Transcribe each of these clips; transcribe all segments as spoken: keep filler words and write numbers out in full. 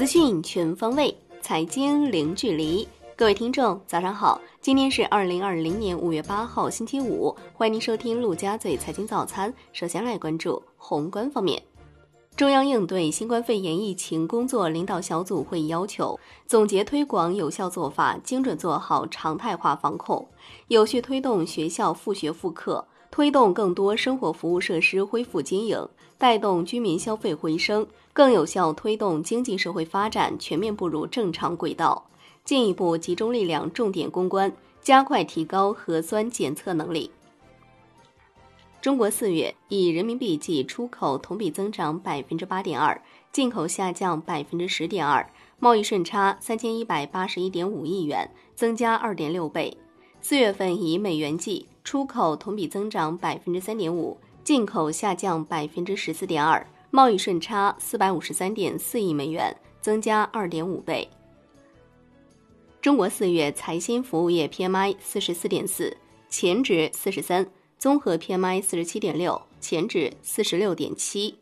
资讯全方位，财经零距离。各位听众，早上好！今天是二零二零年五月八号，星期五，欢迎您收听陆家嘴财经早餐。首先来关注宏观方面，中央应对新冠肺炎疫情工作领导小组会议要求，总结推广有效做法，精准做好常态化防控，有序推动学校复学复课，推动更多生活服务设施恢复经营，带动居民消费回升，更有效推动经济社会发展全面步入正常轨道。进一步集中力量重点攻关，加快提高核酸检测能力。中国四月以人民币计出口同比增长百分之八点二，进口下降百分之十点二，贸易顺差三千一百八十一点五亿元，增加二点六倍。四月份以美元计，出口同比增长百分之三点五，进口下降百分之十四点二，贸易顺差四百五十三点四亿美元，增加二点五倍。中国四月财新服务业 P M I 四十四点四，前值四十三，综合 P M I 四十七点六，前值四十六点七。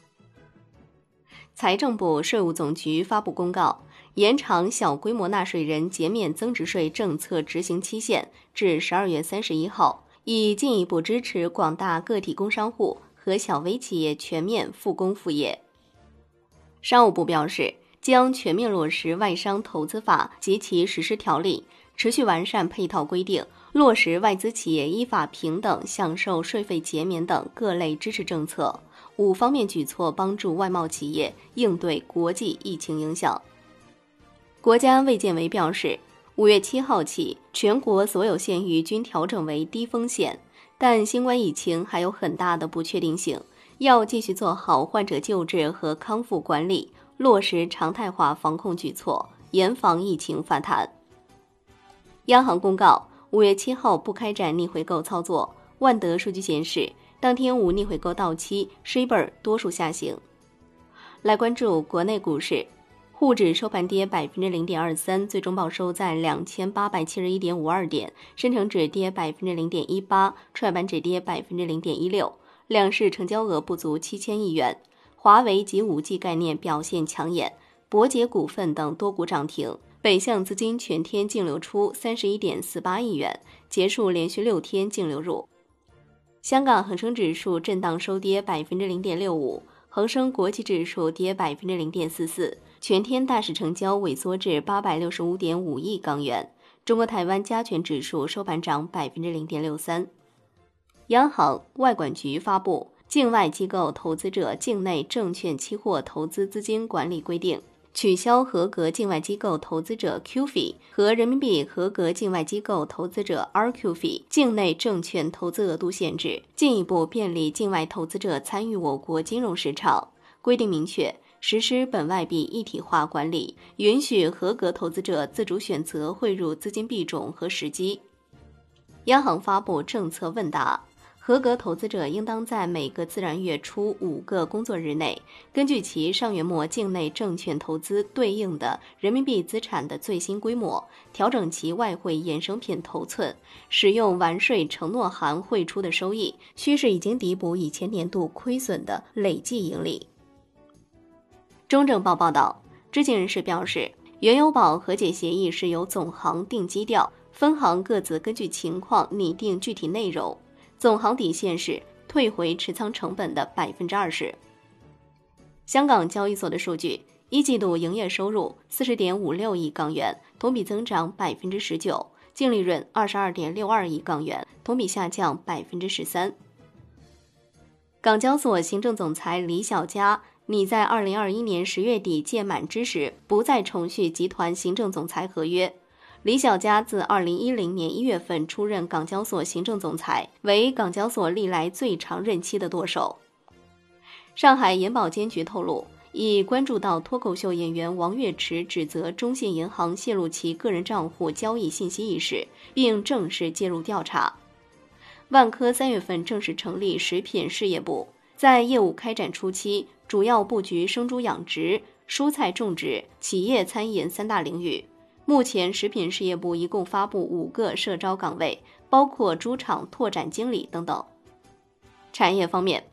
财政部、税务总局发布公告，延长小规模纳税人减免增值税政策执行期限至十二月三十一号，以进一步支持广大个体工商户和小微企业全面复工复业。商务部表示，将全面落实外商投资法及其实施条例，持续完善配套规定，落实外资企业依法平等享受税费减免等各类支持政策，五方面举措帮助外贸企业应对国际疫情影响。国家卫健委表示，五月七号起，全国所有县域均调整为低风险，但新冠疫情还有很大的不确定性，要继续做好患者救治和康复管理，落实常态化防控举措，严防疫情反弹。央行公告，五月七号不开展逆回购操作。万德数据显示，当天无逆回购到期 ，Shibor 多数下行。来关注国内股市，沪指收盘跌百分之零点二三，最终报收在两千八百七十一点五二点，深成指跌百分之零点一八，创业板指跌百分之零点一六，两市成交额不足七千亿元。华为及 五 G 概念表现抢眼，博捷股份等多股涨停。北向资金全天净流出 三十一点四八亿元，结束连续六天净流入。香港恒生指数震荡收跌百分之零点六五，恒生国际指数跌百分之零点四四，全天大市成交萎缩至八百六十五点五亿港元。中国台湾加权指数收盘涨百分之零点六三。央行、外管局发布境外机构投资者境内证券期货投资资金管理规定，取消合格境外机构投资者 Q 费和人民币合格境外机构投资者 R Q 费境内证券投资额度限制，进一步便利境外投资者参与我国金融市场。规定明确，实施本外币一体化管理，允许合格投资者自主选择汇入资金币种和时机。央行发布政策问答，合格投资者应当在每个自然月初五个工作日内，根据其上月末境内证券投资对应的人民币资产的最新规模，调整其外汇衍生品头寸，使用完税承诺函汇出的收益，须是已经抵补以前年度亏损的累计盈利。中证报报道，知情人士表示，原油宝和解协议是由总行定基调，分行各自根据情况拟定具体内容。总行底线是退回持仓成本的百分之二十。香港交易所的数据，一季度营业收入四十点五六亿港元，同比增长百分之十九，净利润二十二点六二亿港元，同比下降百分之十三。港交所行政总裁李小加拟在二零二一年十月底届满之时，不再重续集团行政总裁合约。李小加自二零一零年一月份出任港交所行政总裁，为港交所历来最长任期的舵手。上海银保监局透露，已关注到脱口秀演员王岳池指责中信银行泄露其个人账户交易信息一事，并正式介入调查。万科三月份正式成立食品事业部，在业务开展初期，主要布局生猪养殖、蔬菜种植、企业餐饮三大领域。目前食品事业部一共发布五个社招岗位，包括猪场拓展经理等等。产业方面，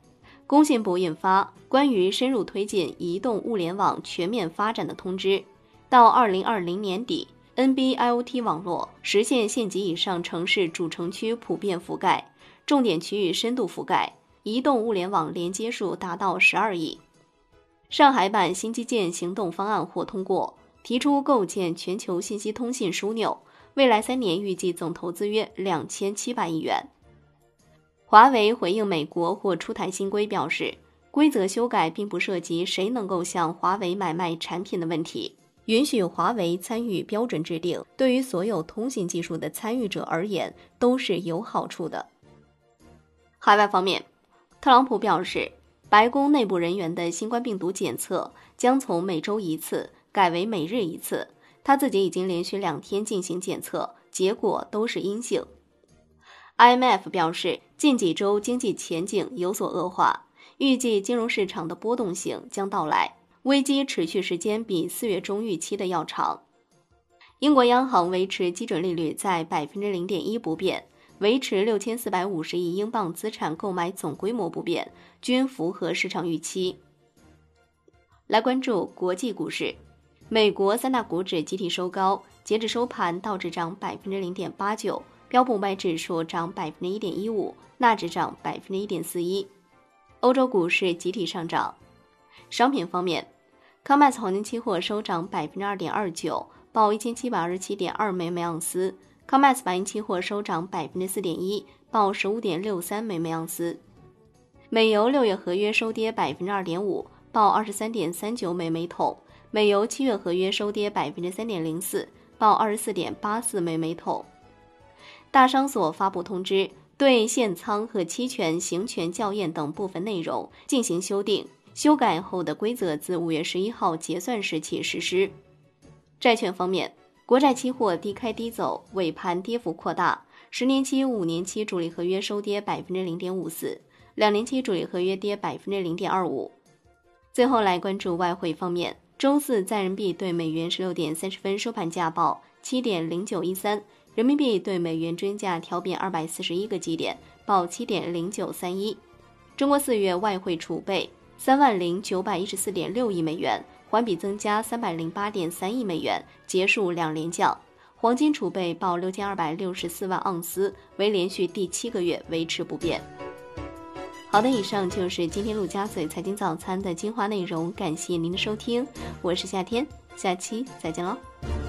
工信部印发关于深入推进移动物联网全面发展的通知，到二零二零年底 ，N B I O T 网络实现县级以上城市主城区普遍覆盖，重点区域深度覆盖，移动物联网连接数达到十二亿。上海版新基建行动方案获通过，提出构建全球信息通信枢纽，未来三年预计总投资约两千七百亿元。华为回应美国或出台新规表示，规则修改并不涉及谁能够向华为买卖产品的问题，允许华为参与标准制定，对于所有通信技术的参与者而言都是有好处的。海外方面，特朗普表示，白宫内部人员的新冠病毒检测将从每周一次改为每日一次，他自己已经连续两天进行检测，结果都是阴性。I M F 表示，近几周经济前景有所恶化，预计金融市场的波动性将到来，危机持续时间比四月中预期的要长。英国央行维持基准利率在 百分之零点一 不变，维持六千四百五十亿英镑资产购买总规模不变，均符合市场预期。来关注国际股市，美国三大股指集体收高，截至收盘，道指涨 百分之零点八九，标普五百指数涨 百分之一点一五， 纳指涨 百分之一点四一。欧洲股市集体上涨。商品方面，康麦斯黄金期货收涨 百分之二点二九， 报 一千七百二十七点二美每盎司。康麦斯白银期货收涨 百分之四点一， 报 十五点六三美每盎司。美油六月合约收跌 百分之二点五， 报 二十三点三九美每桶。美油七月合约收跌 百分之三点零四， 报 二十四点八四美每桶。大商所发布通知，对限仓和期权行权校验等部分内容进行修订，修改后的规则自五月十一号结算时起实施。债券方面，国债期货低开低走，尾盘跌幅扩大，十年期、五年期主力合约收跌 百分之零点五四， 两年期主力合约跌 百分之零点二五。最后来关注外汇方面，周四在人民币对美元十六点三十分收盘价报 七点零九一三，人民币对美元均价调贬二百四十一个基点，报 七点零九三一。中国四月外汇储备三万零九百一十四点六亿美元，环比增加三百零八点三亿美元，结束两连降。黄金储备报六千二百六十四万盎司，为连续第七个月维持不变。好的，以上就是今天陆家嘴财经早餐的精华内容，感谢您的收听，我是夏天，下期再见喽。